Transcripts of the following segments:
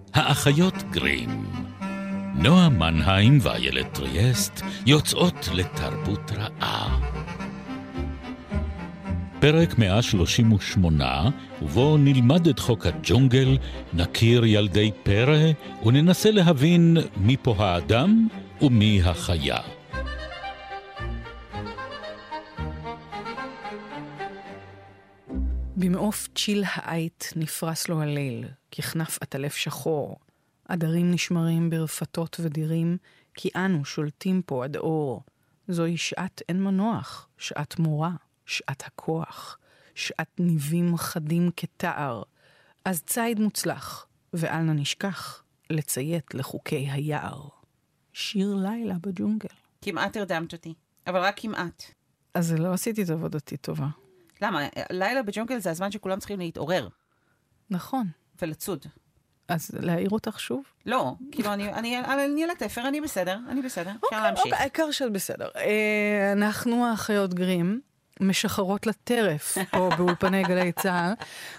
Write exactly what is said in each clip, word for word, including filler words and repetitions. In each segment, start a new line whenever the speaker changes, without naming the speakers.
האחיות גרים. נועה מנהיים ואיילת טריאסט יוצאות לתרבות רעה. פרק מאה שלושים ושמונה, ובו נלמד את חוק הג'ונגל, נכיר ילדי פרא, וננסה להבין מי פה האדם ומי החיה.
במעוף צ'יל העית נפרס לו הליל, ככנף עטלף שחור. עדרים נשמרים ברפתות ודירים, כי אנו שולטים פה עד אור. זוהי שעת אין מנוח, שעת מורה, שעת הכוח, שעת ניבים חדים כתער. אז ציד מוצלח, ואל נא נשכח לציית לחוקי היער. שיר לילה בג'ונגל.
כמעט הרדמת אותי, אבל רק כמעט.
אז לא עשיתי את עבודתי טובה.
למה? לילה בג'ונגל זה הזמן שכולם צריכים להתעורר.
נכון.
ולצוד.
אז להעיר אותך שוב?
לא, כאילו אני, אני, אני על התפר, אני בסדר, אני בסדר, אפשר
אוקיי,
להמשיך.
אוקיי, העיקר שאת בסדר. אה, אנחנו האחיות גרים, משחררות לטרף, פה באולפני גלי צהל,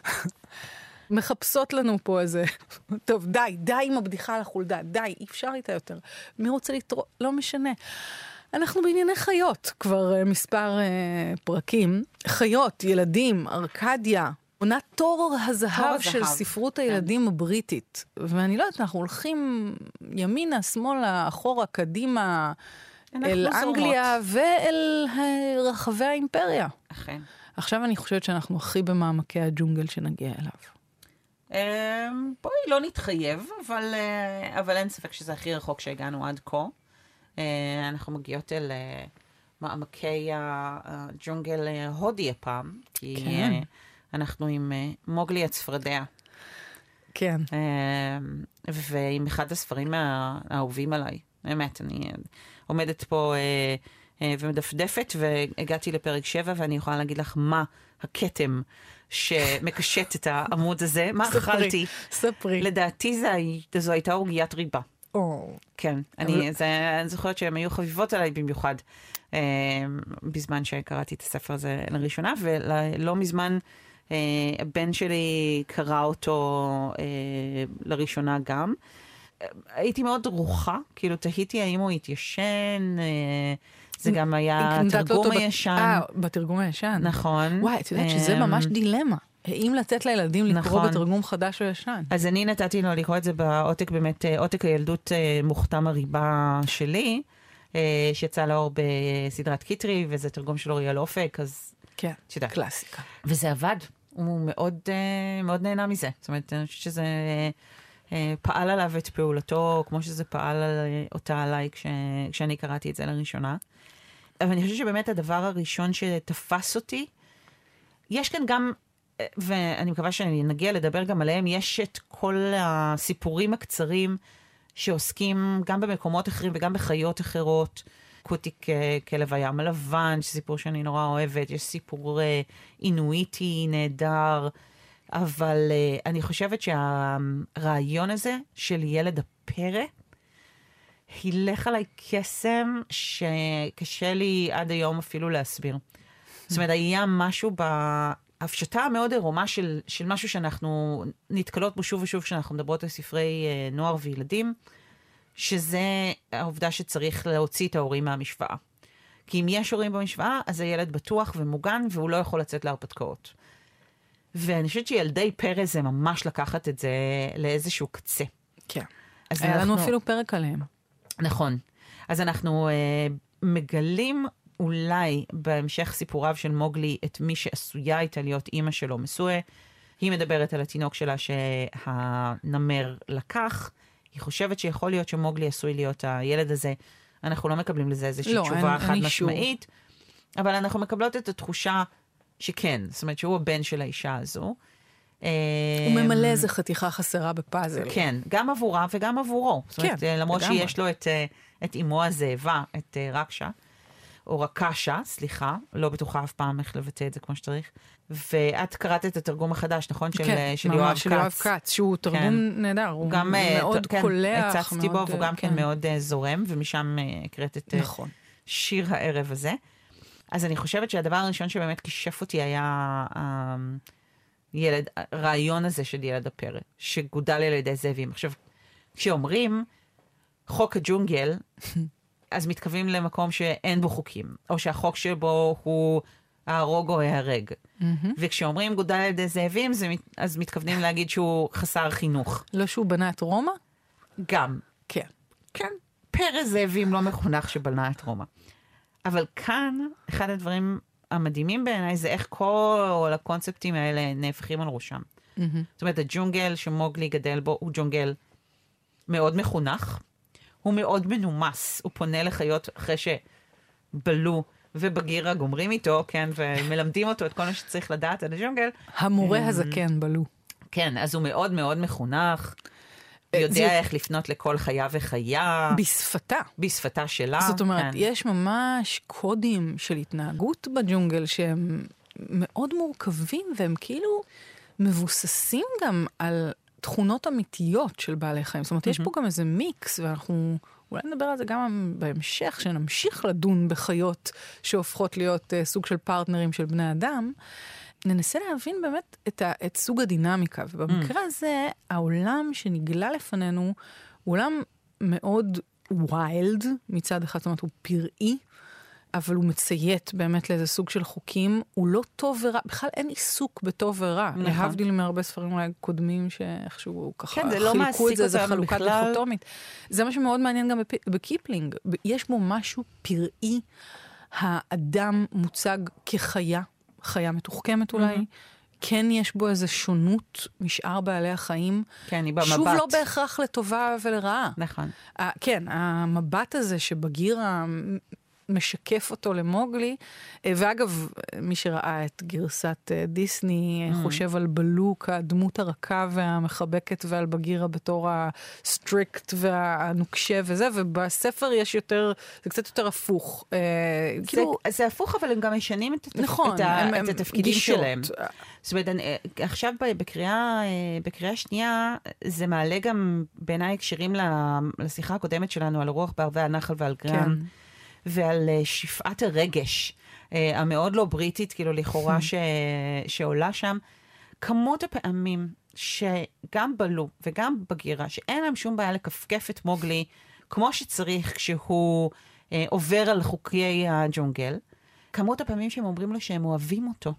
מחפשות לנו פה איזה, טוב, די, די עם הבדיחה על החולדה, די, אי אפשר איתה יותר. מי רוצה לתרוא? לא משנה. אנחנו בענייני חיות, כבר uh, מספר uh, פרקים. חיות, ילדים, ארקדיה, עונת תור הזהב של ספרות הילדים הבריטית. ואני לא יודעת, אנחנו הולכים ימינה, שמאלה, אחורה, קדימה, אל אנגליה ואל רחבי האימפריה.
אכן.
עכשיו אני חושבת שאנחנו הכי במעמקי הג'ונגל שנגיע אליו.
בואי לא נתחייב, אבל, אבל אין ספק שזה הכי רחוק שהגענו עד כה. אנחנו מגיעות אל מעמקי הג'ונגל הודי הפעם, כי כן. אנחנו עם מוגלי הצפרדע.
כן.
ועם אחד הספרים האהובים עליי. באמת, אני עומדת פה ומדפדפת, והגעתי לפרק שבע, ואני יכולה להגיד לך מה הכתם שמקשט את העמוד הזה. מה אכלתי?
ספרי.
לדעתי זו הייתה אורגיית ריבה.
או.
כן, אני זוכרת שהן היו חביבות עליי במיוחד, בזמן שקראתי את הספר הזה לראשונה, ולא מזמן הבן שלי קרא אותו לראשונה גם. הייתי מאוד רוחה, כאילו תהיתי האם הוא התיישן, זה גם היה תרגום הישן.
אה, בתרגום הישן.
נכון.
וואי, את יודעת שזה ממש דילמה. האם לתת לילדים לקרוא בתרגום חדש או ישן?
אז אני נתתי לו לקרוא את זה בעותק, באמת, עותק הילדות מוכתם הריבה שלי, שיצא לאור בסדרת קיטרי, וזה תרגום של אוריאל אופק, אז...
כן, קלאסיקה.
וזה עבד, הוא מאוד, מאוד נהנה מזה. זאת אומרת, אני חושבת שזה פעל עליו את פעולתו, כמו שזה פעל אותה עליי כש, כשאני קראתי את זה לראשונה. אבל אני חושבת שבאמת הדבר הראשון שתפס אותי, יש כאן גם... ואני מקווה שנגיע לדבר גם עליהם, יש את כל הסיפורים הקצרים שעוסקים גם במקומות אחרים וגם בחיות אחרות. קוטיק כלב הים הלבן, סיפור שאני נורא אוהבת, יש סיפור אינואיטי נהדר, אבל אני חושבת שהרעיון הזה של ילד הפרא, הילך עליי קסם שקשה לי עד היום אפילו להסביר. זאת אומרת, היה משהו ב... הפשטה המאוד עירומה של, של משהו שאנחנו נתקלות בו שוב ושוב כשאנחנו מדברות על ספרי אה, נוער וילדים, שזה העובדה שצריך להוציא את ההורים מהמשוואה. כי אם יש הורים במשוואה, אז הילד בטוח ומוגן, והוא לא יכול לצאת להרפתקאות. ואני חושבת שילדי פרא זה ממש לקחת את זה לאיזשהו קצה.
כן. אז היה אנחנו... לנו אפילו פרק עליהם.
נכון. אז אנחנו אה, מגלים... אולי בהמשך סיפוריו של מוגלי את מי שעשויה הייתה להיות אימא שלו מסועה. היא מדברת על התינוק שלה שהנמר לקח. היא חושבת שיכול להיות שמוגלי עשוי להיות הילד הזה. אנחנו לא מקבלים לזה איזושהי לא, תשובה חד משמעית. אבל אנחנו מקבלות את התחושה שכן. זאת אומרת שהוא הבן של האישה הזו.
הוא ממלא איזה חתיכה חסרה בפאזל.
כן, גם עבורה וגם עבורו. זאת אומרת, כן, למרות לגמרי. שיש לו את, את אמו הזאבה, את רקשה. או רקשה, סליחה, לא בטוחה אף פעם איך לבטא את זה כמו שצריך. ואת קראת את התרגום החדש, נכון? של,
כן,
של יואב
של יואב קץ, שהוא תרגום כן. נהדר, הוא גם, מאוד כן, קולח.
הצצתי בו, והוא גם כן, כן מאוד uh, זורם, ומשם uh, הקראת את נכון. uh, שיר הערב הזה. אז אני חושבת שהדבר הראשון שבאמת קישף אותי היה uh, ילד, הרעיון הזה של ילד הפרא, שגודל על ידי זאבים. עכשיו, כשאומרים חוק הג'ונגל, אז מתכוונים למקום שאין בו חוקים, או שהחוק שבו הוא ההרוג או ההרג. Mm-hmm. וכשאומרים גודל על ידי זאבים, זה, אז מתכוונים להגיד שהוא חסר חינוך.
לא שהוא בנה את רומא?
גם.
כן.
כן. פרא זאבים לא מחונך שבנה את רומא. אבל כאן, אחד הדברים המדהימים בעיניי, זה איך כל הקונספטים האלה נהפכים על ראשם. Mm-hmm. זאת אומרת, הג'ונגל שמוגלי גדל בו, הוא ג'ונגל מאוד מחונך, הוא מאוד מנומס, הוא פונה לחיות אחרי שבלו ובגירה גומרים איתו, כן, ומלמדים אותו את כל מה שצריך לדעת על הג'ונגל.
המורה הזקן בלו.
כן, אז הוא מאוד מאוד מחונך, יודע איך לפנות לכל חיה וחיה.
בשפתה.
בשפתה שלה.
זאת אומרת, יש ממש קודים של התנהגות בג'ונגל שהם מאוד מורכבים, והם כאילו מבוססים גם על תכונות אמיתיות של בעלי חיים. זאת אומרת, יש פה גם איזה מיקס, ואנחנו אולי נדבר על זה גם בהמשך, שנמשיך לדון בחיות שהופכות להיות סוג של פרטנרים של בני אדם. ננסה להבין באמת את, ה, את סוג הדינמיקה, ובמקרה הזה, העולם שנגלה לפנינו, הוא עולם מאוד ויילד מצד אחד, זאת אומרת, הוא פראי, אבל הוא מציית באמת לאיזה סוג של חוקים, הוא לא טוב ורע, בכלל אין עיסוק בטוב ורע, נכון. להבדיל מהרבה ספרים אולי קודמים, שאיכשהו ככה
כן,
חילקו
לא
את זה, זה
חלוקה
דיכוטומית. זה מה שמאוד מעניין גם בפ... בקיפלינג, יש בו משהו פראי, האדם מוצג כחיה, חיה מתוחכמת אולי, mm-hmm. כן יש בו איזו שונות משאר בעלי החיים.
כן, היא במבט.
שוב לא בהכרח לטובה ולרעה.
נכון.
ה- כן, המבט הזה שבגיר משקף אותו למוגלי, ואגב, מי שראה את גרסת דיסני, mm-hmm. חושב על בלוק, הדמות הרכה והמחבקת, ועל בגירה בתור הסטריקט והנוקשה וזה, ובספר יש יותר, זה קצת יותר הפוך.
זה, כאילו, זה הפוך, אבל הם גם משנים את,
נכון,
את,
הם,
את
הם
התפקידים
גישות.
שלהם. זאת אומרת, עכשיו בקריאה, בקריאה שנייה, זה מעלה גם בעיניי הקשרים לשיחה הקודמת שלנו, על הרוח בערבי הנחל ועל גרם. כן. ועל שפעת הרגש, המאוד לא בריטית, כאילו לכאורה ש... שעולה שם, כמות הפעמים שגם בלו וגם בגירה, שאין להם שום בעיה לקפקף את מוגלי, כמו שצריך כשהוא אה, עובר על חוקי הג'ונגל, כמות הפעמים שהם אומרים לו שהם אוהבים אותו.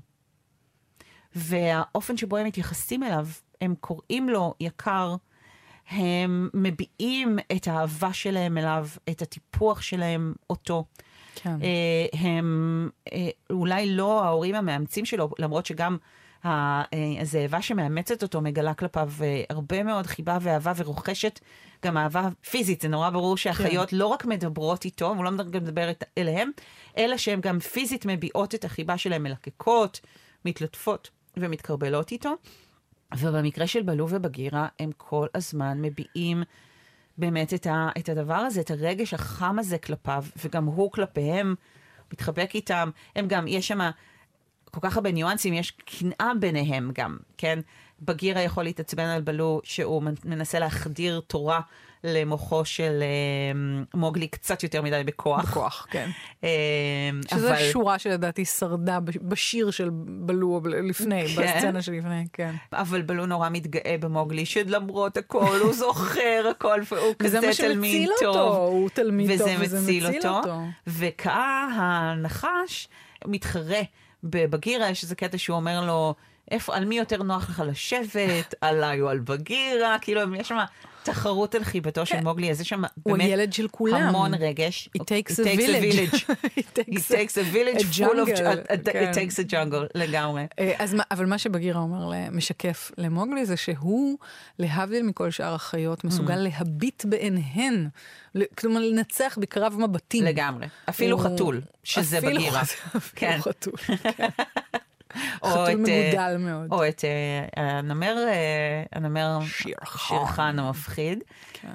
והאופן שבו הם מתייחסים אליו, הם קוראים לו יקר, הם מביעים את האהבה שלהם אליו, את הטיפוח שלהם אותו.
כן.
הם אולי לא ההורים המאמצים שלו, למרות שגם הזאבה שמאמצת אותו מגלה כלפיו הרבה מאוד חיבה ואהבה ורוכשת גם אהבה פיזית. זה נורא ברור שהחיות כן. לא רק מדברות איתו, הוא לא מדבר אליהם, אלא שהן גם פיזית מביעות את החיבה שלהם, מלקקות, מתלטפות ומתקרבלות איתו. ובמקרה של בלו ובגירה, הם כל הזמן מביעים באמת את, ה, את הדבר הזה, את הרגש החם הזה כלפיו, וגם הוא כלפיהם, מתחבק איתם. הם גם, יש שם כל כך הרבה ניואנסים, יש קנאה ביניהם גם, כן? בגירה יכול להתעצבן על בלו, שהוא מנסה להחדיר תורה למוחו של uh, מוגלי קצת יותר מדי בכוח.
בכוח, כן.
Uh,
שזו
אבל...
שורה שלדעתי שרדה בשיר של בלו לפני, כן. בסצנה שלפני, כן.
אבל בלו נורא מתגאה במוגלי, שלמרות הכל הוא זוכר הכל, והוא כזה תלמיד טוב.
אותו, הוא תלמיד
וזה
טוב, וזה
מציל
מציל
אותו.
אותו.
וכאה הנחש מתחרה בבגירה, יש איזה קטע שהוא אומר לו, איפה, על מי יותר נוח לך לשבת, עליי או על בגירה, כאילו יש שם תחרות על חיבתו של מוגלי, אז יש שם באמת המון רגש.
It takes a village.
It takes a village full of... It takes a jungle, לגמרי.
אבל מה שבגירה אומר, משקף למוגלי, זה שהוא, להבדיל מכל שאר החיות, מסוגל להביט בעיניהן, כלומר לנצח בקרב מבטים.
לגמרי. אפילו חתול, שזה בגירה.
אפילו חתול, כן. חתול מגודל מאוד.
או את הנמר, הנמר שירחן המפחיד.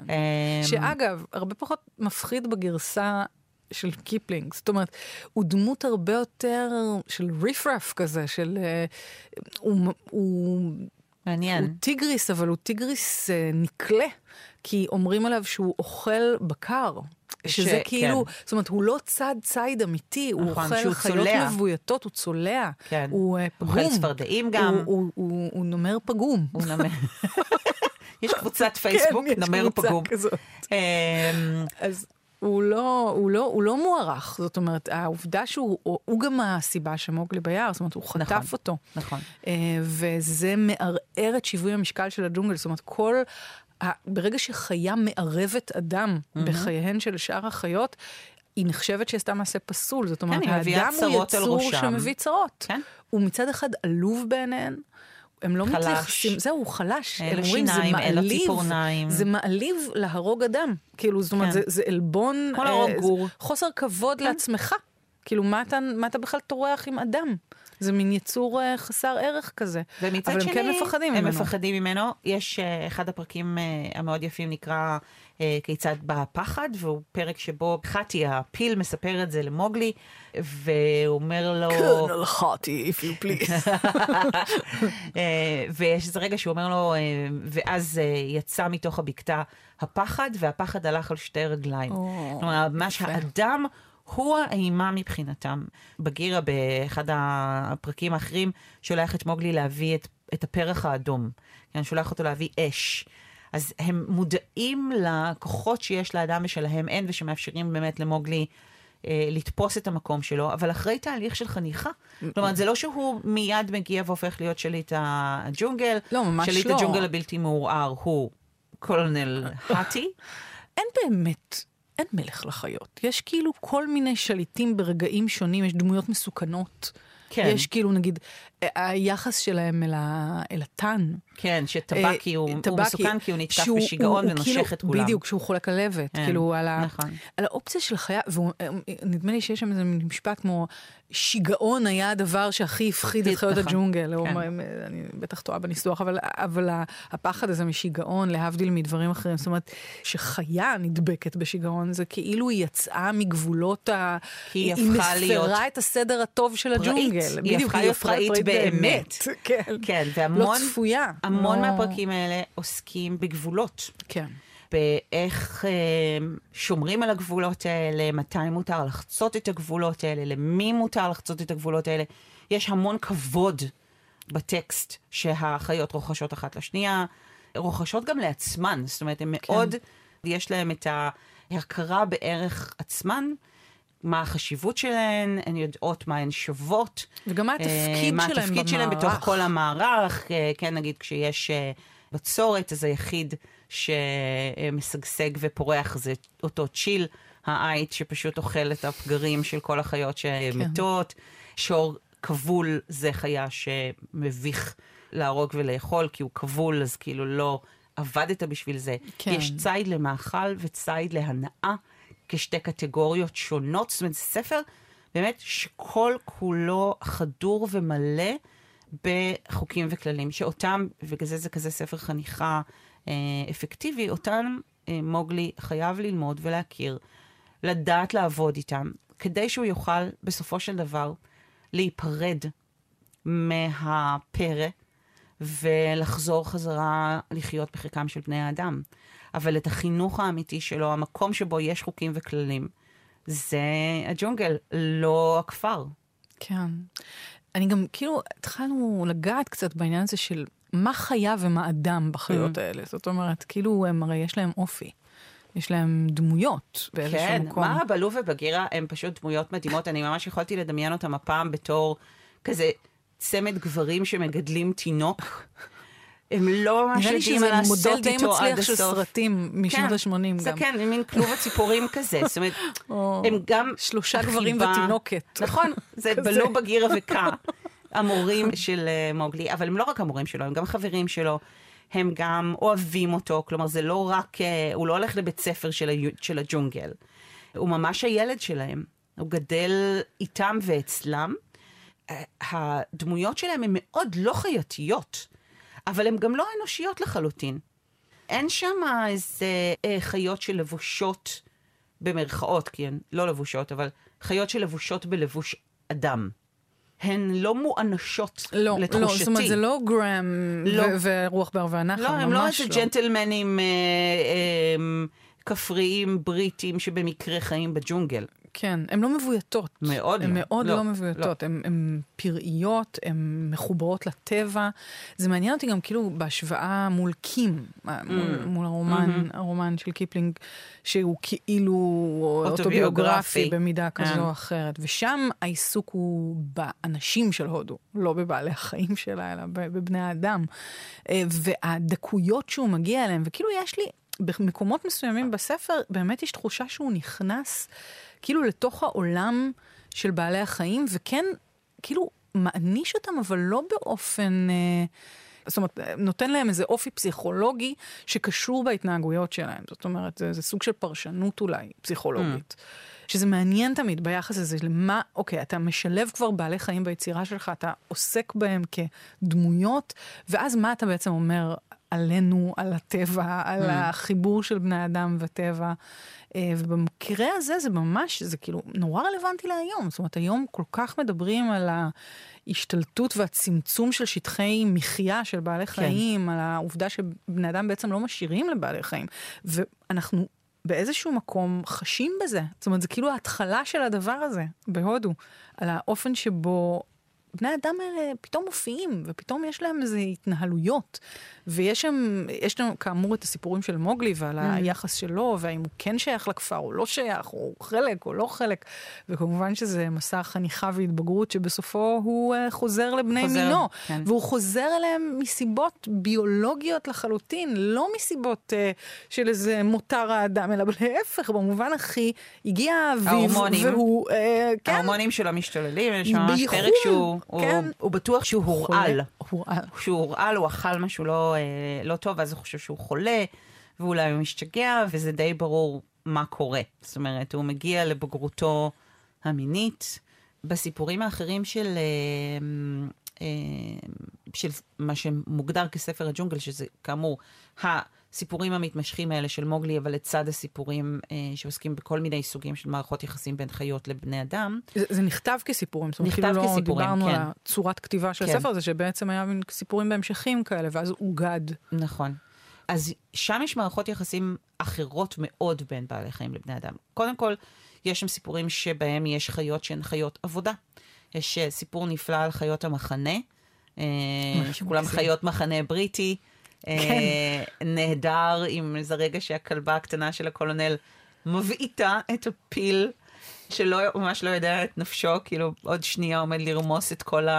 שאגב, הרבה פחות מפחיד בגרסה של קיפלינג. זאת אומרת, הוא דמות הרבה יותר של ריפרף כזה, של... הוא
מעניין.
הוא טיגריס, אבל הוא טיגריס אה, נקלה, כי אומרים עליו שהוא אוכל בקר. שזה
ש-
כאילו,
כן.
זאת אומרת, הוא לא צד ציד אמיתי, הוא
נכון,
אוכל
שהוא
חיות
צולע.
מבויתות, הוא צולע.
כן.
הוא אה, פגום.
אוכל צפרדעים גם.
הוא, הוא, הוא, הוא נמר פגום.
הוא נמר. יש קבוצת פייסבוק,
כן, יש
נמר
קבוצה
פגום.
כזאת.
אמ,
אז הוא לא, הוא לא, הוא לא מוערך, זאת אומרת, העובדה שהוא, הוא, הוא גם הסיבה שמוגלי ביער, זאת אומרת, הוא חטף
נכון,
אותו.
נכון.
אה, וזה מערער את שיווי המשקל של הג'ונגל, זאת אומרת, כל, ה, ברגע שחיה מערבת אדם mm-hmm. בחייהן של שאר החיות, היא נחשבת שעשתה מעשה פסול, זאת אומרת,
כן, היא מביאה
האדם הוא
צרות על
יצור
ראשם.
שמביא צרות.
כן.
הוא מצד אחד עלוב בעיניהן, הם לא
חלש.
מתייחסים, זהו, הוא חלש.
אין
הם
לו
אומרים, זה
שיניים, אין לו
מעליב,
ציפורניים.
זה מעליב להרוג אדם. כאילו, זאת אומרת,
כן.
זה, זה עלבון,
כמו להרוג
אה,
גור.
חוסר כבוד לעצמך. כאילו, מה אתה, מה אתה בכלל טורח עם אדם? זה מין יצור אה, חסר ערך כזה.
ומצד
אבל
שני,
הם כן מפחדים
הם
ממנו.
מפחדים ממנו. יש uh, אחד הפרקים uh, המאוד יפים נקרא uh, כיצד בא הפחד, והוא פרק שבו חתי, הפיל, מספר את זה למוגלי, והוא אומר לו...
קרנל חתי, if you please.
uh, ויש איזה רגע שהוא אומר לו, uh, ואז uh, יצא מתוך הבקתה הפחד, והפחד הלך על שתי רגליים. כלומר, מה שהאדם... הוא האימה מבחינתם. בגירה, באחד הפרקים האחרים, שולח את מוגלי להביא את, את הפרח האדום. כן, שולח אותו להביא אש. אז הם מודעים לכוחות שיש לאדם ושלהם אין, ושמאפשרים באמת למוגלי אה, לתפוס את המקום שלו, אבל אחרי תהליך של חניכה. כלומר, זה לא שהוא מיד מגיע והופך להיות שליט הג'ונגל.
לא, ממש
שליט
לא.
הג'ונגל הבלתי מעורער הוא קולונל חתי.
אין באמת... אין מלך לחיות. יש כאילו כל מיני שליטים ברגעים שונים, יש דמויות מסוכנות.
כן.
יש כאילו, נגיד, היחס שלהם אל, ה... אל הטן.
כן, שטבקי הוא,
טבקי,
הוא מסוכן כי הוא נתקף
שהוא,
בשיגעון
הוא,
ונושך
כאילו,
את כולם.
בדיוק, שהוא חולה כלבת.
כן,
כאילו, על, ה...
נכון.
על האופציה של חיה, ונדמה לי שיש שם איזה משפט כמו, שיגעון היה הדבר שהכי הפחיד את חיות
נכון.
הג'ונגל. או,
כן.
אני בטח טועה בניסוח, אבל, אבל הפחד הזה משיגעון, להבדיל מדברים אחרים, זאת אומרת, שחיה נדבקת בשיגעון, זה כאילו היא יצאה מגבולות ה...
היא
היא
הפכה להיות...
מפרה את הסדר הטוב של הג'ונגל.
היא הפכה להיות פראית באמת.
כן.
כן,
לא
והמון
צפויה.
המון
לא...
מהפרקים האלה עוסקים בגבולות.
כן.
באיך אה, שומרים על הגבולות האלה, מתי מותר לחצות את הגבולות האלה, למי מותר לחצות את הגבולות האלה. יש המון כבוד בטקסט שהחיות רוכשות אחת לשנייה, רוכשות גם לעצמן, זאת אומרת, הן
כן.
מאוד, יש להם את ההכרה בערך עצמן, מה החשיבות שלהן, הן יודעות מה הן שוות.
וגם מה התפקיד שלהם במערך.
מה התפקיד שלהם בתוך כל המערך. כן, נגיד, כשיש בצורת, אז היחיד שמשגשג ופורח זה אותו צ'יל, העית שפשוט אוכל את הפגרים של כל החיות שמתות. כן. שור כבול זה חיה שמביך להרוג ולאכול, כי הוא כבול, אז כאילו לא עבדת בשביל זה. כן. יש צייד למאכל וצייד להנאה, כשתי קטגוריות שונות. זאת אומרת, זה ספר באמת שכל כולו חדור ומלא בחוקים וכללים, שאותם, וכזה זה כזה ספר חניכה אה, אפקטיבי, אותם אה, מוגלי חייב ללמוד ולהכיר, לדעת לעבוד איתם, כדי שהוא יוכל בסופו של דבר להיפרד מהפרא, ולחזור חזרה לחיות בחיקם של בני האדם. אבל את החינוך האמיתי שלו, המקום שבו יש חוקים וכללים, זה הג'ונגל, לא הכפר.
כן. אני גם, כאילו, התחלנו לגעת קצת בעניין הזה של מה חיה ומה אדם בחיות האלה. זאת אומרת, כאילו, הם הרי יש להם אופי. יש להם דמויות באיזשהו
כן,
מקום.
מה בלו ובגירה הם פשוט דמויות מדהימות. אני ממש יכולתי לדמיין אותם הפעם בתור כזה צמד גברים שמגדלים תינוק. הם לא ממש יודעים מה לעשות איתו עד הסוף. נראה לי שזה מודל די מצליח של סרטים משנות ה-שמונים גם.
זה
כן, מין כלוב הציפורים כזה. זאת אומרת, הם גם...
שלושה גברים ותינוקת.
נכון, זה בלו בגירה וקה, המורים של מוגלי, אבל הם לא רק המורים שלו, הם גם חברים שלו. הם גם אוהבים אותו, כלומר זה לא רק, הוא לא הולך לבית ספר של, של הג'ונגל, הוא ממש הילד שלהם, הוא גדל איתם ואצלם. הדמויות שלהם הן מאוד לא חייתיות, אבל הן גם לא אנושיות לחלוטין. אין שם איזה חיות שלבושות במרכאות, כי הן לא לבושות, אבל חיות שלבושות בלבוש אדם. הן לא מואנשות
לא,
לתחושתי.
לא, זאת אומרת, זה לא גרם
לא.
ו- ורוח בערבי הנחל,
לא,
ממש לא.
הם לא איזה ג'נטלמנים אה, אה, כפריים בריטים שבמקרה חיים בג'ונגל.
כן, הן לא מבויתות.
מאוד
הן
לא.
מאוד
לא,
לא מבויתות. הן הן פראיות, הן מחוברות לטבע. זה מעניין אותי גם כאילו בהשוואה מול קים, מול, מול הרומן, הרומן של קיפלינג, שהוא כאילו אוטוביוגרפי במידה כזו או אחרת. ושם העיסוק הוא באנשים של הודו, לא בבעלי החיים שלה, אלא בבני האדם. והדקויות שהוא מגיע אליהם, וכאילו יש לי, במקומות מסוימים בספר, באמת יש תחושה שהוא נכנס כאילו לתוך העולם של בעלי החיים, וכן, כאילו, מעניש אותם, אבל לא באופן, אה, זאת אומרת, נותן להם איזה אופי פסיכולוגי שקשור בהתנהגויות שלהם. זאת אומרת, זה, זה סוג של פרשנות אולי, פסיכולוגית. Mm. שזה מעניין תמיד ביחס הזה, למה, אוקיי, אתה משלב כבר בעלי חיים ביצירה שלך, אתה עוסק בהם כדמויות, ואז מה אתה בעצם אומר עלינו, על הטבע, על mm. החיבור של בני אדם וטבע, ובמקרה הזה זה ממש, זה כאילו נורא רלוונטי להיום. זאת אומרת, היום כל כך מדברים על ההשתלטות והצמצום של שטחי מחיה של בעלי חיים, כן. על העובדה שבני אדם בעצם לא משאירים לבעלי חיים. ואנחנו באיזשהו מקום חשים בזה. זאת אומרת, זה כאילו ההתחלה של הדבר הזה בהודו, על האופן שבו בני אדם האלה פתאום מופיעים, ופתאום יש להם איזה התנהלויות, ויש שם, יש לנו כאמור את הסיפורים של מוגלי, ועל היחס שלו, והאם הוא כן שייך לכפר, או לא שייך, או חלק, או לא חלק, וכמובן שזה מסע חניכה והתבגרות, שבסופו הוא חוזר לבני חוזר, מינו, כן. והוא חוזר אליהם מסיבות ביולוגיות לחלוטין, לא מסיבות uh, של איזה מותר האדם, אלא להפך, במובן הכי, הגיע אביב, והוא, uh, כן.
ההורמונים שלו משתוללים, יש ממש פרק שהוא כן. הוא, הוא בטוח שהוא הורעל.
הורעל.
שהוא הורעל, הוא אכל משהו לא, אה, לא טוב, ואז הוא חושב שהוא חולה, ואולי הוא משתגע, וזה די ברור מה קורה. זאת אומרת, הוא מגיע לבגרותו המינית. בסיפורים האחרים של, אה, אה, של מה שמוגדר כספר הג'ונגל, שזה כאמור, הסיפורים המתמשכים האלה של מוגלי, אבל לצד הסיפורים אה, שעוסקים בכל מיני סוגים של מערכות יחסים בין חיות לבני אדם. זה,
זה נכתב כסיפורים. זאת אומרת,
נכתב
כאילו
כסיפורים,
לא דיברנו
כן.
על הצורת כתיבה של
כן.
הספר הזה, שבעצם היה מין סיפורים בהמשכים כאלה, ואז הוא גד.
נכון. אז שם יש מערכות יחסים אחרות מאוד בין בעלי חיים לבני אדם. קודם כל, יש שם סיפורים שבהם יש חיות שהן חיות עבודה. יש סיפור נפלא על חיות המחנה, שכולם חיות מחנה בריטי, נהדר, עם איזה רגע שהכלבה הקטנה של הקולונל מבעיטה את הפיל, שלא, ממש לא יודע את נפשו, כאילו עוד שנייה עומד לרמוס את כל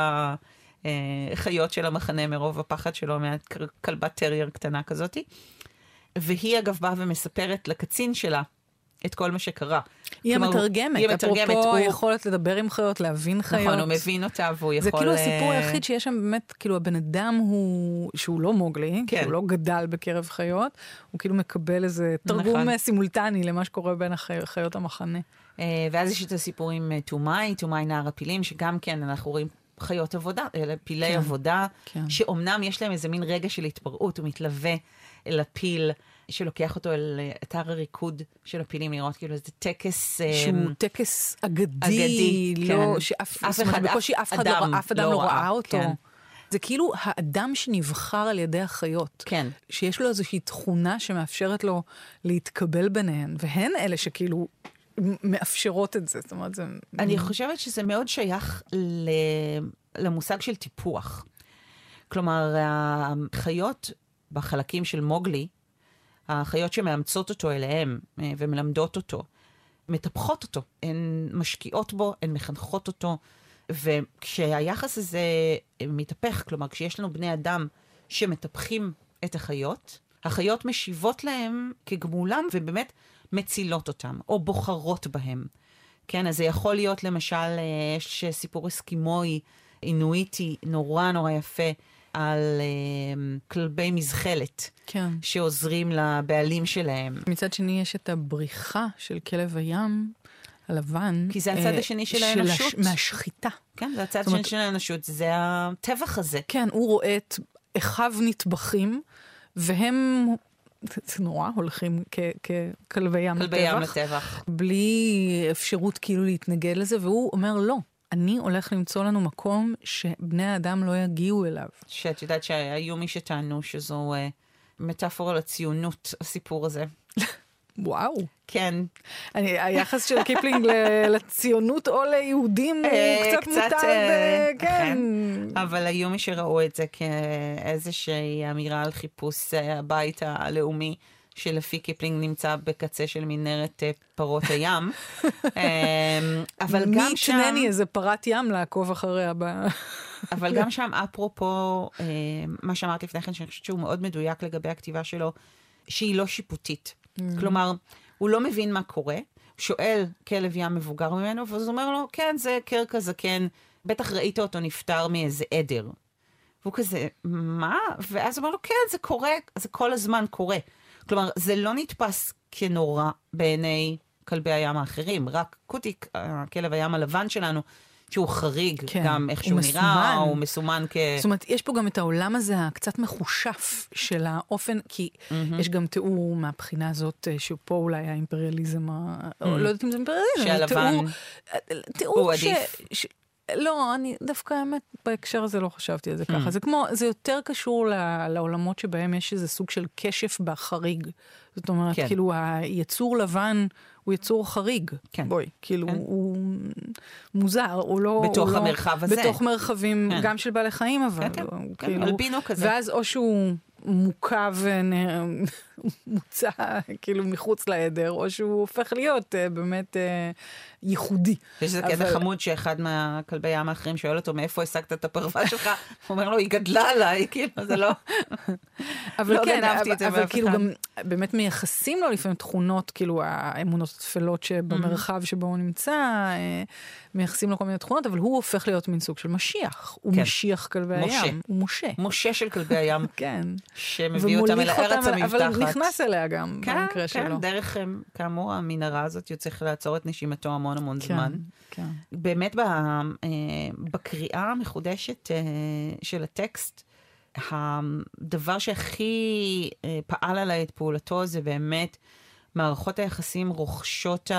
החיות של המחנה מרוב הפחד שלו מהכלבת טרייר קטנה כזאת. והיא אגב באה ומספרת לקצין שלה את כל מה שקרה.
היא המתרגמת, אפרופו היכולת לדבר עם חיות, להבין חיות.
נכון, הוא מבין אותה והוא יכול...
זה כאילו הסיפור היחיד שיש שם באמת, כאילו הבן אדם הוא, שהוא לא מוגלי, שהוא לא גדל בקרב חיות, הוא כאילו מקבל איזה תרגום סימולטני למה שקורה בין חיות המחנה.
ואז יש את הסיפור עם תומאי, תומאי נער הפילים, שגם כן אנחנו רואים חיות עבודה, פילי עבודה, שאומנם יש להם איזה מין רגע של התפרעות, הוא מתלווה אל הפיל, שלוקח אותו אל אתר הריקוד של הפילים, לראות כאילו איזה טקס...
שהוא טקס אגדי,
אגדי,
לא,
כן.
שאף
אף אחד,
בקושי אף אחד
אדם
לא, אף אדם לא ראה אותו.
כן.
זה כאילו האדם שנבחר על ידי החיות.
כן.
שיש לו איזושהי תכונה שמאפשרת לו להתקבל ביניהן, והן אלה שכאילו מאפשרות את זה. זאת אומרת, זה...
אני חושבת שזה מאוד שייך ל... למושג של טיפוח. כלומר, החיות בחלקים של מוגלי, החיות שמאמצות אותו אליהם ומלמדות אותו, מטפחות אותו, הן משקיעות בו, הן מחנכות אותו, וכשהיחס הזה מתהפך, כלומר, כשיש לנו בני אדם שמטפחים את החיות, החיות משיבות להם כגמולם ובאמת מצילות אותם, או בוחרות בהם. כן, אז זה יכול להיות למשל, יש סיפור אסקימוי, אינואיטי, נורא נורא יפה, על uh, כלבי מזחלת,
כן.
שעוזרים לבעלים שלהם.
מצד שני יש את הבריחה של כלב הים הלבן.
כי זה הצד uh, השני של האנושות.
הש... מהשחיטה.
כן, זה הצד השני של האנושות, זה הטבח הזה.
כן, הוא רואה את אחיו נטבחים, והם... זה נורא, הולכים ככלבי ים לטבח.
כלבי ים לטבח.
בלי אפשרות כאילו להתנגד לזה, והוא אומר לא. אני הולך למצוא לנו מקום שבני האדם לא יגיעו אליו.
שאת יודעת שהיו מי שטענו שזו אה, מטאפורה לציונות, הסיפור הזה.
וואו.
כן.
אני, היחס של קיפלינג לציונות או ליהודים הוא קצת מוטל, כן.
אבל היו מי שראו את זה כאיזושהי אמירה על חיפוש הבית הלאומי, שלפי קיפלינג נמצא בקצה של מנהרת פרות הים. אבל גם שם...
מי תנני איזה פרת ים לעקוב אחריה ב...
אבל גם שם, אפרופו, מה שאמרתי לפני כן, שאני חושבת שהוא מאוד מדויק לגבי הכתיבה שלו, שהיא לא שיפוטית. כלומר, הוא לא מבין מה קורה, שואל כלב ים מבוגר ממנו, ואז הוא אומר לו, כן, זה קרקע זקן, בטח ראית אותו נפטר מאיזה עדר. והוא כזה, מה? ואז הוא אומר לו, כן, זה קורה, זה כל הזמן קורה. כלומר, זה לא נתפס כנורא בעיני כלבי הים האחרים, רק קוטיק, כלב הים הלבן שלנו, שהוא חריג, כן, גם איך שהוא נראה, הוא מסומן כ...
זאת אומרת, יש פה גם את העולם הזה הקצת מחושף של האופן, כי mm-hmm. יש גם תיאור מהבחינה הזאת, שפה אולי האימפריאליזם, mm-hmm. לא יודעת אם זה אימפריאליזם,
שהלבן
תיאור,
הוא
ש...
עדיף.
ש... לא, אני דווקא האמת, בהקשר הזה לא חשבתי על זה ככה. זה כמו, זה יותר קשור לעולמות שבהם יש איזה סוג של קשף בחריג. זאת אומרת,
כן.
כאילו, היצור לבן הוא יצור חריג.
כן.
בואי, כאילו,
כן.
הוא מוזר, הוא לא...
בתוך
הוא
המרחב
לא,
הזה.
בתוך מרחבים,
כן.
גם של בעלי חיים, אבל...
כן, כן,
הוא,
כן,
כאילו,
אלבינו כזה.
ואז או שהוא מוקע ומוצא, כאילו, מחוץ לעדר, או שהוא הופך להיות באמת ייחודי.
יש איזה קטע חמוד שאחד מהכלבי ים האחרים שואל אותו, מאיפה השגת את הפרווה שלך? הוא אומר לו, היא גדלה עליי, כאילו, זה לא...
אבל כן, אבל כאילו גם באמת מייחסים לו לפעמים תכונות, כאילו האמונות התפלות שבמרחב שבו הוא נמצא, מייחסים לו כל מיני תכונות, אבל הוא הופך להיות מין סוג של משיח. הוא משיח כלבי הים. הוא משה.
משה של כלבי הים.
כן.
שמביא אותם אל הארץ המבטחת.
אבל נכנס אליה גם, במקרה שלו.
כן, דרך, כאמור, המנהרה הזאת צריך לעצור את נשימתו המון המון זמן.
כן.
באמת בקריאה המחודשת של הטקסט, הדבר שהכי פעל עליי את פעולתו זה באמת מערכות היחסים רוכשות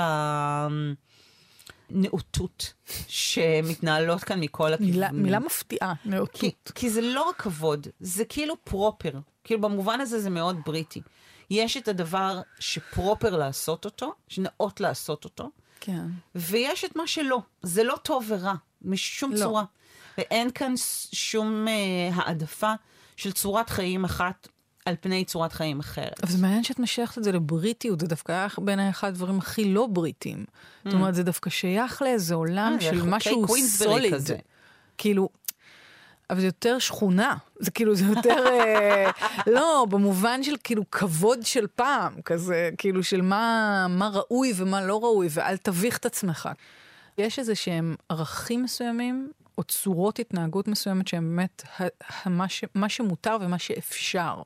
הנאותות שמתנהלות כאן מכל הכיוונים.
מילה, מילה מפתיעה, נאותות.
כי, כי זה לא רק כבוד, זה כאילו פרופר. כאילו במובן הזה זה מאוד בריטי. יש את הדבר שפרופר לעשות אותו, שנאות לעשות אותו,
כן.
ויש את מה שלא. זה לא טוב ורע, משום לא. צורה. ואין כאן שום uh, העדפה של צורת חיים אחת על פני צורת חיים אחרת.
אבל זה מעניין שאת משייכת את זה לבריטיות, זה דווקא בין אחד הדברים הכי לא בריטיים. Mm. זאת אומרת, זה דווקא שייך לאיזה עולם mm, של משהו סוליד. כזה. כאילו, אבל זה יותר שכונה. זה כאילו, זה יותר, אה, לא, במובן של כאילו כבוד של פעם, כזה, כאילו של מה, מה ראוי ומה לא ראוי, ואל תביך את עצמך. יש איזה שהם ערכים מסוימים, או צורות התנהגות מסוימת שהם באמת מה, ש, מה שמותר ומה שאפשר.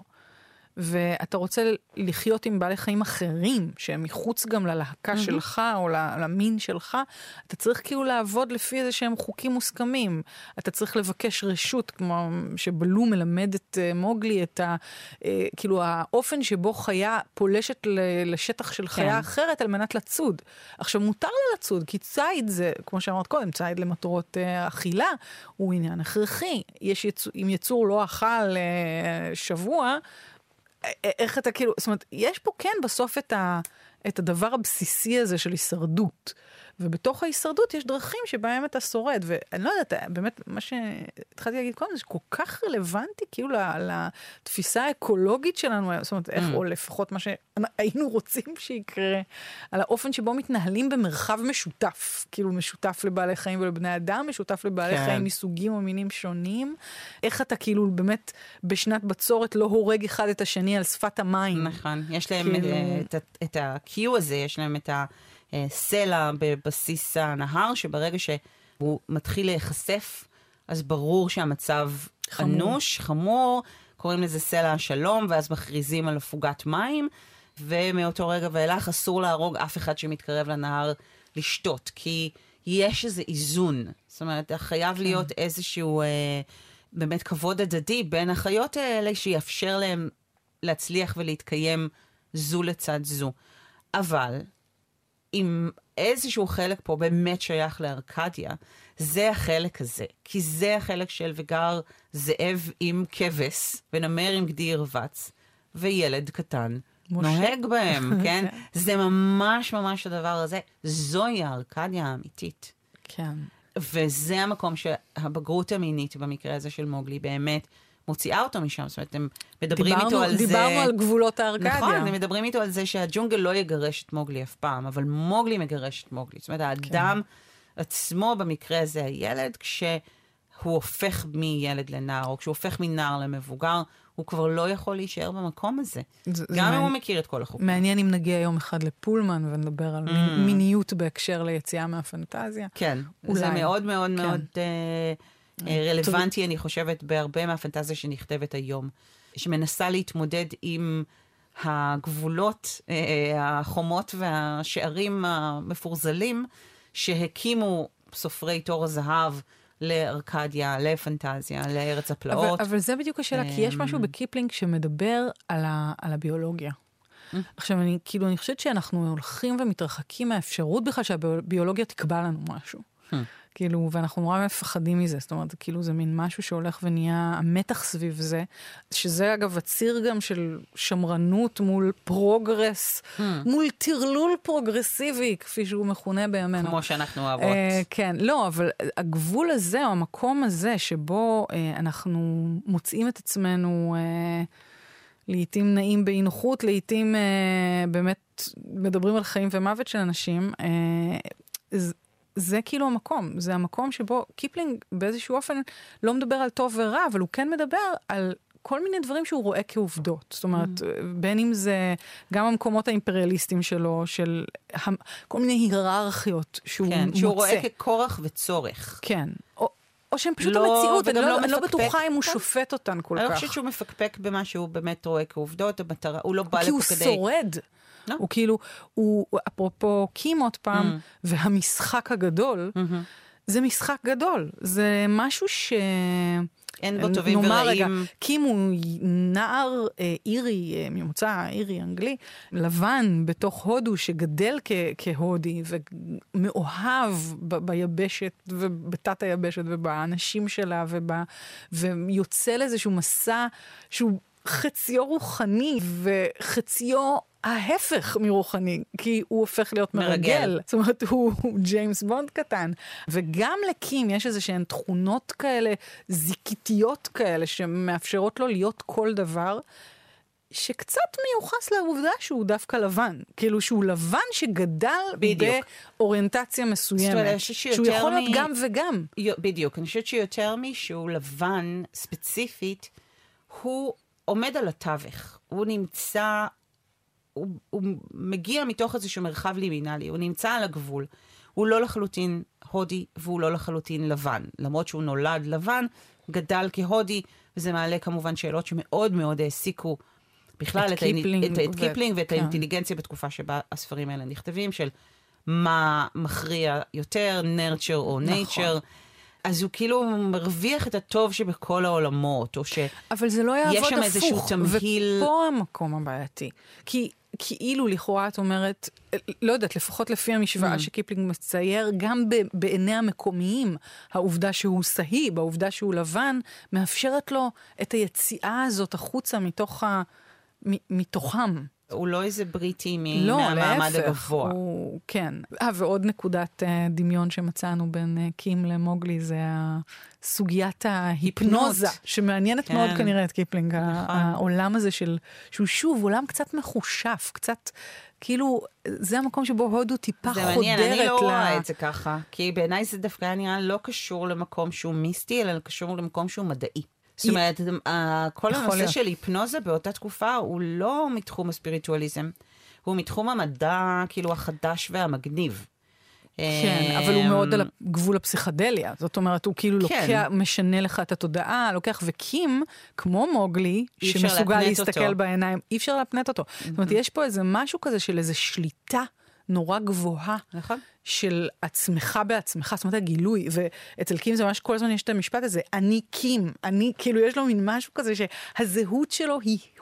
ואתה רוצה לחיות עם בעלי חיים אחרים, שהם מחוץ גם ללהקה mm-hmm. שלך, או למין שלך, אתה צריך כאילו לעבוד לפי איזה שהם חוקים מוסכמים. אתה צריך לבקש רשות, כמו שבלו מלמד את uh, מוגלי, את ה, uh, כאילו האופן שבו חיה פולשת ל- לשטח של חיה כן. אחרת, על מנת לצוד. עכשיו, מותר לה לצוד, כי צייד זה, כמו שאמרת קודם, צייד למטרות uh, אכילה, הוא עניין הכרחי. יש יצור, אם יצור לא אכל uh, שבוע, איך אתה כאילו, זאת אומרת, יש פה כן בסוף את, ה, את הדבר הבסיסי הזה של הישרדות. ובתוך ההישרדות יש דרכים שבהם אתה שורד. ואני לא יודעת, באמת, מה שהתחלתי להגיד קודם, זה כל כך רלוונטי כאילו לתפיסה האקולוגית שלנו, זאת אומרת, איך, או לפחות מה שהיינו רוצים שיקרה, על האופן שבו מתנהלים במרחב משותף, כאילו משותף לבעלי חיים ולבני אדם, משותף לבעלי כן. חיים מסוגים או מינים שונים. איך אתה כאילו באמת בשנת בצורת לא הורג אחד את השני על שפת המים.
נכון, יש להם כאילו... את, את, את ה-Q הזה, יש להם את ה... סלע בבסיס הנהר, שברגע שהוא מתחיל להיחשף, אז ברור שהמצב חמור. אנוש, חמור, קוראים לזה סלע השלום, ואז מכריזים על הפוגת מים, ומאותו רגע ואילך אסור להרוג אף אחד שמתקרב לנהר לשתות, כי יש איזה איזון. זאת אומרת, חייב כן. להיות איזשהו אה, באמת כבוד הדדי בין החיות האלה, שיאפשר להם להצליח ולהתקיים זו לצד זו. אבל... אם איזשהו חלק פה באמת שייך לארקדיה, זה החלק הזה. כי זה החלק של וגר זאב עם כבש, ונמר עם גדי ירבץ, וילד קטן משה. נוהג בהם, כן? זה ממש ממש הדבר הזה. זוהי הארקדיה האמיתית.
כן.
וזה המקום שהבגרות המינית במקרה הזה של מוגלי באמת מוציאה אותו משם. זאת אומרת, הם מדברים
דיברנו,
איתו על
דיברנו
זה...
דיברנו על גבולות הארקדיה.
נכון, הם מדברים איתו על זה שהג'ונגל לא יגרש את מוגלי אף פעם, אבל מוגלי מגרש את מוגלי. זאת אומרת, האדם כן. עצמו במקרה הזה הילד, כשהוא הופך מילד לנער, או כשהוא הופך מנער למבוגר, הוא כבר לא יכול להישאר במקום הזה. זה, גם זה אם הוא מכיר את כל החוקים.
מעניין אם נגיע יום אחד לפולמן ונדבר על mm. מיניות בהקשר ליציאה מהפנטזיה.
כן, אולי. זה מאוד מאוד כן. מאוד uh, רלוונטי, טוב. אני חושבת, בהרבה מהפנטזיה שנכתבת היום, שמנסה להתמודד עם הגבולות, uh, החומות והשערים המפורזלים, שהקימו סופרי תור הזהב, לארקדיה, לפנטזיה, לארץ הפלאות.
אבל, אבל זה בדיוק השאלה, כי יש משהו בקיפלינג שמדבר על, ה, על הביולוגיה. עכשיו, אני, כאילו, אני חושבת שאנחנו הולכים ומתרחקים מהאפשרות בכלל שהביולוגיה תקבע לנו משהו. כאילו, ואנחנו נורא מפחדים מזה, זאת אומרת, כאילו זה מין משהו שהולך ונהיה המתח סביב זה, שזה אגב הציר גם של שמרנות מול פרוגרס, hmm. מול תרלול פרוגרסיבי, כפי שהוא מכונה בימינו.
כמו שאנחנו אוהבות.
Uh, כן, לא, אבל הגבול הזה, או המקום הזה, שבו uh, אנחנו מוצאים את עצמנו... Uh, לעתים נעים באי נוחות, לעתים uh, באמת מדברים על חיים ומוות של אנשים, uh, זה כאילו המקום, זה המקום שבו קיפלינג באיזשהו אופן לא מדבר על טוב ורע, אבל הוא כן מדבר על כל מיני דברים שהוא רואה כעובדות. זאת אומרת, mm. בין אם זה גם המקומות האימפריאליסטיים שלו, של כל מיני היררכיות שהוא
כן,
מוצא.
שהוא רואה ככורח וצורך.
כן. או, או שהם פשוט
לא,
המציאות, אני לא,
לא,
אני לא בטוחה אם הוא
כן.
שופט אותן כל
אני
כך.
אני חושבת שהוא מפקפק במה שהוא באמת רואה כעובדות, המטרה, הוא לא בא לפה כדי...
כי הוא שורד. No. הוא כאילו, הוא, אפרופו קים עוד פעם, mm. והמשחק הגדול, mm-hmm. זה משחק גדול. זה משהו ש...
אין בו טובים ורעים. רגע,
קים הוא נער אה, אירי, אה, ממוצא אירי אנגלי, לבן בתוך הודו שגדל כ- כהודי, ומאוהב ב- ביבשת ובתת היבשת ובאנשים שלה, ובא, ויוצא לאיזשהו מסע שהוא חציו רוחני וחציו ההפך מרוחני, כי הוא הופך להיות מרגל. מרגל. זאת אומרת, הוא, הוא ג'יימס בונד קטן. וגם לקים יש איזה שהן תכונות כאלה, זיקיתיות כאלה, שמאפשרות לו להיות כל דבר, שקצת מיוחס לעובדה שהוא דווקא לבן. כאילו שהוא לבן שגדל בדיוק. באוריינטציה מסוימת. שהוא יכול להיות מ... גם וגם.
בדיוק. אני חושבת שיותר משהוא לבן ספציפית, הוא עומד על התווך. הוא נמצא... הוא, הוא מגיע מתוך איזשהו מרחב לימינלי, הוא נמצא על הגבול. הוא לא לחלוטין הודי, והוא לא לחלוטין לבן. למרות שהוא נולד לבן, גדל כהודי, וזה מעלה כמובן שאלות שמאוד מאוד העסיקו בכלל את, את קיפלינג, את, את קיפלינג ו... ואת כן. האינטליגנציה בתקופה שבה הספרים האלה נכתבים, של מה מכריע יותר, nurture או nature. נכון. אז הוא כאילו מרוויח את הטוב שבכל העולמות, או שיש
אבל זה לא יעבוד
שם איזשהו תמהיל...
ופה המקום הבעייתי. כי כאילו לכאורה את אומרת, לא יודעת, לפחות לפי המשוואה mm. שקיפלינג מצייר, גם ב- בעיני המקומיים, העובדה שהוא סהי, בעובדה שהוא לבן, מאפשרת לו את היציאה הזאת החוצה מתוך ה... מ- מתוכם.
הוא לא איזה בריטי
לא,
מהמעמד
להפך,
הגבוה.
הוא, כן. אה, ועוד נקודת uh, דמיון שמצאנו בין uh, קים למוגלי, זה סוגיית ההיפנוזה, שמעניינת כן. מאוד כנראה את קיפלינג, נכון. העולם הזה של, שהוא שוב עולם קצת מחושף, קצת, כאילו, זה המקום שבו הודו טיפה חודרת.
זה מעניין, אני לא רואה את זה ככה, כי בעיניי זה דווקא נראה לא קשור למקום שהוא מיסטי, אלא קשור למקום שהוא מדעי. זאת אומרת, כל הנושא של היפנוזה באותה תקופה הוא לא מתחום הספיריטואליזם, הוא מתחום המדע כאילו החדש והמגניב.
כן, אבל הוא מאוד על הגבול הפסיכדליה. זאת אומרת, הוא כאילו לוקח, משנה לך את התודעה, לוקח וקים, כמו מוגלי, שמסוגל להסתכל בעיניים, אי אפשר להפנט אותו. זאת אומרת, יש פה איזה משהו כזה של איזה שליטה נורא גבוהה. נכון. של עצמך בעצמך, זאת אומרת, הגילוי, ואצל קים זה ממש כל הזמן יש את המשפט הזה, אני קים, אני, כאילו יש לו מין משהו כזה שהזהות שלו היא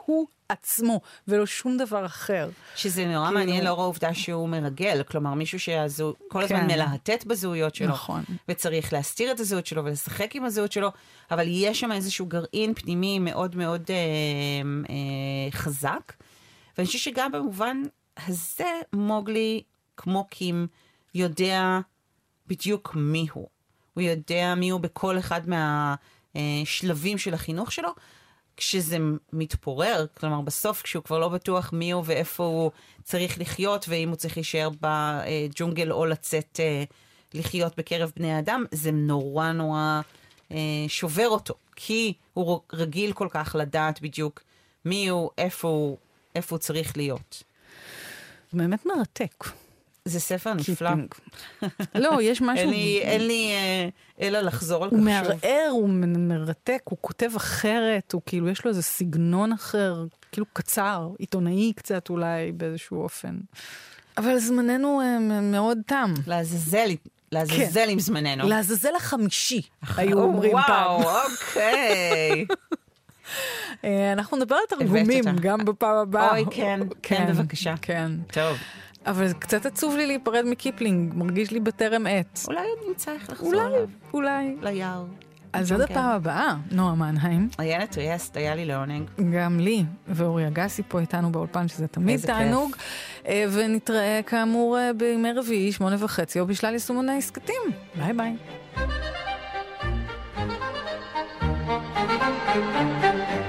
הוא עצמו, ולא שום דבר אחר.
שזה נורא כאילו... מעניין לאור העובדה שהוא מרגל, כלומר מישהו שכל כן. הזמן מלהטט בזהויות שלו, נכון. וצריך להסתיר את הזהות שלו ולשחק עם הזהות שלו, אבל יש שם איזשהו גרעין פנימי מאוד מאוד אה, אה, חזק, ואני חושב שגם במובן הזה מוגלי, כמו קים, יודע בדיוק מי הוא. הוא יודע מי הוא בכל אחד מהשלבים של החינוך שלו, כשזה מתפורר, כלומר בסוף כשהוא כבר לא בטוח מי הוא ואיפה הוא צריך לחיות, ואם הוא צריך להישאר בג'ונגל או לצאת לחיות בקרב בני האדם, זה נורא נורא שובר אותו, כי הוא רגיל כל כך לדעת בדיוק מי הוא, איפה הוא, איפה הוא צריך להיות.
באמת מרתק.
זה ספר נפלא.
לא, יש משהו...
אין לי אלא לחזור על כך
שוב.
שוב.
הוא מערער, הוא מרתק, הוא כותב אחרת, הוא כאילו יש לו איזה סגנון אחר, כאילו קצר, עיתונאי קצת אולי באיזשהו אופן. אבל זמננו מאוד תם.
לעזאזל, לעזאזל עם זמננו.
לעזאזל החמישי, היו אומרים פעם.
וואו, אוקיי.
אנחנו נדבר על תרגומים גם בפעם הבאה.
אוי, כן, כן, בבקשה.
כן.
טוב.
אבל קצת עצוב לי להיפרד מקיפלינג, מרגיש לי בטרם עת.
אולי עוד נמצא איך לחזור עליו.
אולי,
אולי. ליער.
אז עד הפעם הבאה, נועה מנהיים.
איילת ריאסט, היה לי לעונג.
גם לי, ואורי אגסי פה איתנו באולפן, שזה תמיד תענוג. ונתראה כאמור בימי רביעי, שמונה וחצי, או בשלל יישומוני עסקתים. ביי ביי.